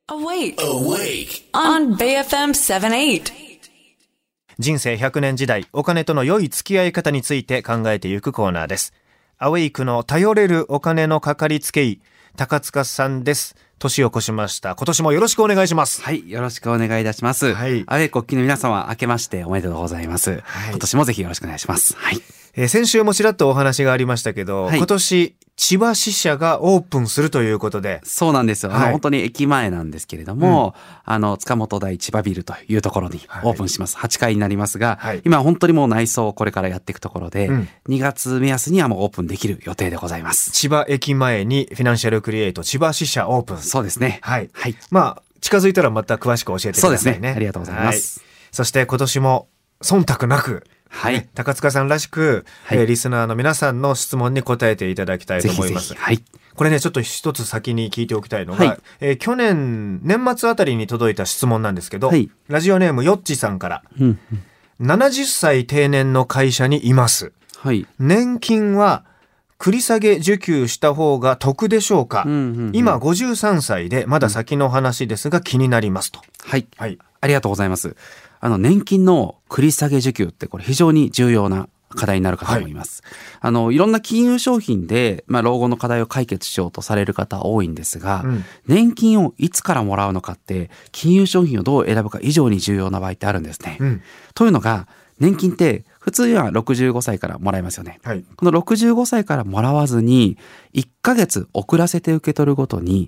Awake. Awake. On BFM 78. 人生100年時代、お金との良い付き合い方について考えていくコーナーです。アウェイクの頼れるお金のかかりつけ医、高塚さんです。年を越しました。今年もよろしくお願いします。 はい、よろしくお願いいたします。 はい、 アウェイクお聞きの皆様、明けましておめでとうございます。 はい、 今年もぜひよろしくお願いします。はい。 先週もちらっとお話がありましたけど、はい、今年千葉支社がオープンするということで。 そうなんですよ。はい、本当に駅前なんですけれども、塚本台千葉ビルというところにオープンします。はい、8階になりますが、はい、今本当にもう内装をこれからやっていくところで、2月目安にはもうオープンできる予定でございます。 千葉駅前にフィナンシャルクリエイト千葉支社オープン。 そうですね。 はい。はい。まあ、近づいたらまた詳しく教えてくださいね。 そうですね。ありがとうございます。 はい、そして今年も忖度なく、 はい、 高塚さんらしく、はい、リスナーの皆さんの質問に答えていただきたいと思います。 ぜひぜひ、はい、これね、ちょっと一つ先に聞いておきたいのが、はい、去年年末あたりに届いた質問なんですけど、はい、ラジオネームよっちさんから、70歳定年の会社にいます、はい、年金は繰り下げ受給した方が得でしょうか、今53歳でまだ先の話ですが気になりますと。 はい、はい、ありがとうございます。年金の繰り下げ受給ってこれ非常に重要な課題になるかと思います。はい、いろんな金融商品で、老後の課題を解決しようとされる方多いんですが、年金をいつからもらうのかって金融商品をどう選ぶか以上に重要な場合ってあるんですね。というのが、年金って普通には65歳からもらえますよね。はい、この65歳からもらわずに1ヶ月遅らせて受け取るごとに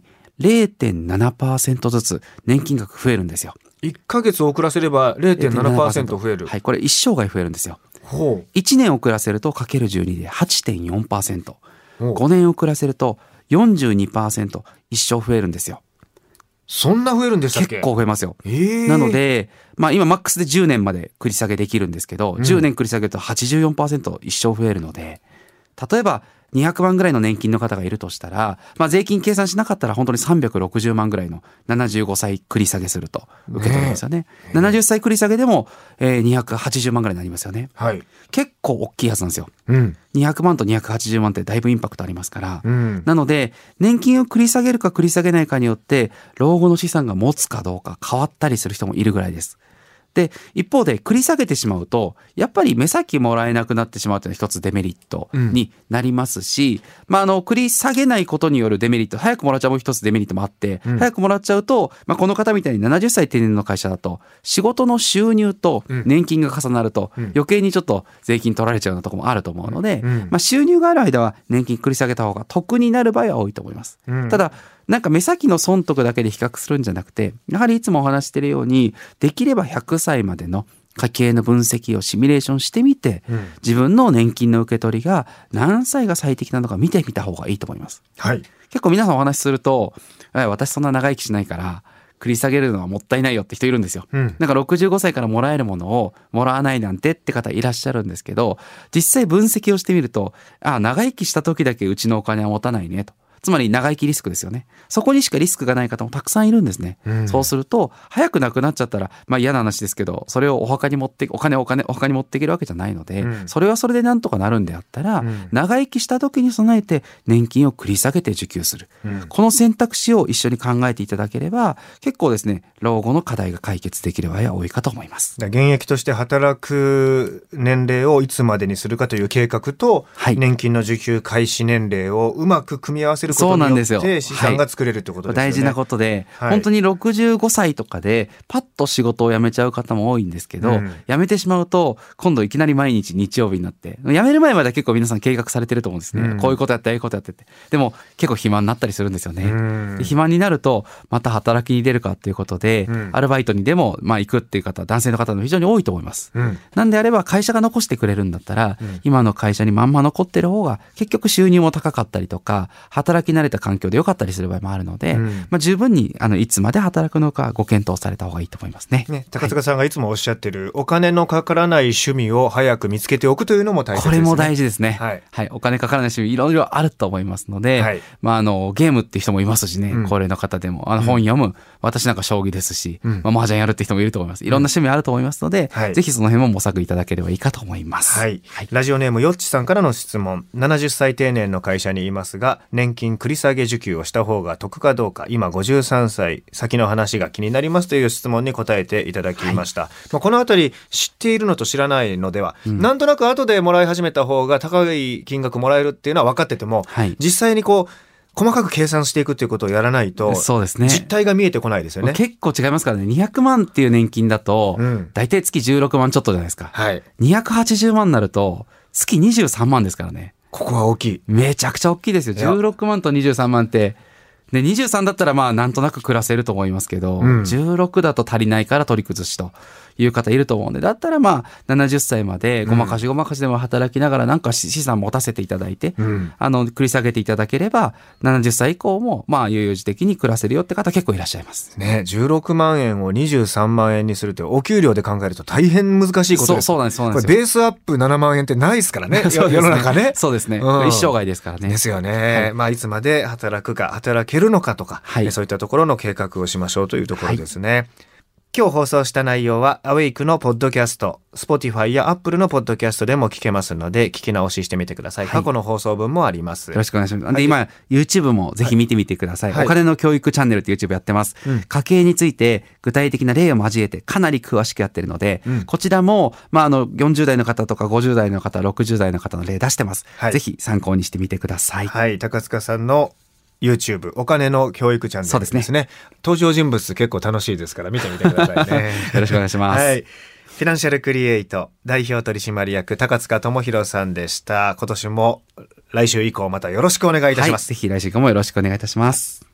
0.7% ずつ年金額増えるんですよ。 1ヶ月遅らせれば 0.7% 増える。 はい、これ一生涯増えるんですよ。1年遅らせるとかける12で 8.4%。5年遅らせると 42% 一生増えるんですよ。 そんな増えるんでしたっけ？ 結構増えますよ。なので、今マックスで10年まで繰り下げできるんですけど、10年繰り下げると 84% 一生増えるので、例えば200万ぐらいの年金の方がいるとしたら、税金計算しなかったら本当に360万ぐらいの75歳繰り下げすると受け取れますよね。70歳繰り下げでも、280万ぐらいになりますよね。はい、結構大きいはずなんですよ。200万と280万ってだいぶインパクトありますから。なので、年金を繰り下げるか繰り下げないかによって、老後の資産が持つかどうか変わったりする人もいるぐらいです。で、一方で繰り下げてしまうと、やっぱり目先もらえなくなってしまうというのは一つデメリットになりますし、繰り下げないことによるデメリット、早くもらっちゃう一つデメリットもあって、早くもらっちゃうと、この方みたいに70歳定年の会社だと、仕事の収入と年金が重なると、余計にちょっと税金取られちゃうようなところもあると思うので、収入がある間は年金繰り下げた方が得になる場合は多いと思います。ただ、目先の損得だけで比較するんじゃなくて、やはりいつもお話しているように、できれば100歳までの家計の分析をシミュレーションしてみて、自分の年金の受け取りが何歳が最適なのか見てみた方がいいと思います。はい、結構皆さんお話しすると、私そんな長生きしないから繰り下げるのはもったいないよって人いるんですよ。65歳からもらえるものをもらわないなんてって方いらっしゃるんですけど、実際分析をしてみると、長生きした時だけうちのお金は持たないねと。つまり長生きリスクですよね。そこにしかリスクがない方もたくさんいるんですね。そうすると早く亡くなっちゃったら嫌な話ですけど、それをお墓に持ってお墓に持っていけるわけじゃないので、それはそれでなんとかなるんであったら、長生きした時に備えて年金を繰り下げて受給する、この選択肢を一緒に考えていただければ結構ですね、老後の課題が解決できる場合は多いかと思います。 現役として働く年齢をいつまでにするかという計画と、年金の受給開始年齢をうまく組み合わせることによって資産が作れるってことですよね。 大事なことで、本当に65歳とかでパッと仕事を辞めちゃう方も多いんですけど、辞めてしまうと今度いきなり毎日日曜日になって、辞める前までは結構皆さん計画されてると思うんですね。こういうことやってああいうことやってって、でも結構暇になったりするんですよね。で、暇になるとまた働きに出るかっていうことで、アルバイトにでも行くっていう方、男性の方も非常に多いと思います。なんであれば会社が残してくれるんだったら、今の会社にまんま残ってる方が結局収入も高かったりとか、働き慣れた環境で良かったりする場合もあるので、十分にいつまで働くのかご検討された方がいいと思いますね。 高塚さんがいつもおっしゃってる、お金のかからない趣味を早く見つけておくというのも大切ですね。 これも大事ですね。お金かからない趣味いろいろあると思いますので、ゲームっていう人もいますしね、高齢の方でも本読む、私なんか将棋ですし、麻雀やるって人もいると思います。いろんな趣味あると思いますので、ぜひその辺も模索いただければいいかと思います。 ラジオネームよっちさんからの質問。70歳定年の会社にいますが、年金金繰り下げ受給をした方が得かどうか、今53歳先の話が気になりますという質問に答えていただきました、このあたり知っているのと知らないのでは、なんとなく後でもらい始めた方が高い金額もらえるっていうのは分かってても、実際にこう細かく計算していくということをやらないと、そうですね、実態が見えてこないですよね。 結構違いますからね。200万っていう年金だと、大体月16万ちょっとじゃないですか。280万になると、月23万ですからね。 ここは大きい。 めちゃくちゃ大きいですよ。16万と23万って。で、23だったらまあなんとなく暮らせると思いますけど、16だと足りないから取り崩しという方いると思うんで、だったらまあ70歳までごまかしでも働きながらなんか資産持たせていただいて、繰り下げていただければ70歳以降もまあ悠々自適に暮らせるよって方結構いらっしゃいますね。16万円を23万円にするってお給料で考えると大変難しいことです。 そうなんです。これベースアップ7万円ってないですからね。世の中ね。 そうですね。一生涯ですからね。 ですよね。まあいつまで働くか働けるのかとか、そういったところの計画をしましょうというところですね。今日放送した内容はアウェイクのポッドキャスト、Spotify や Apple のポッドキャストでも聞けますので、聞き直ししてみてください。過去の放送分もあります。 よろしくお願いします。で、今 YouTube もぜひ見てみてください。お金の教育チャンネルって YouTube やってます。家計について具体的な例を交えてかなり詳しくやってるので、こちらも40代の方とか50代の方、60代の方の例出してます。ぜひ参考にしてみてください。 はい、高塚さんのYouTube お金の教育チャンネルですね。登場人物結構楽しいですから見てみてくださいね。 よろしくお願いします。 フィナンシャルクリエイト代表取締役高塚智博さんでした。今年も来週以降またよろしくお願いいたします。 ぜひ来週以降もよろしくお願いいたします。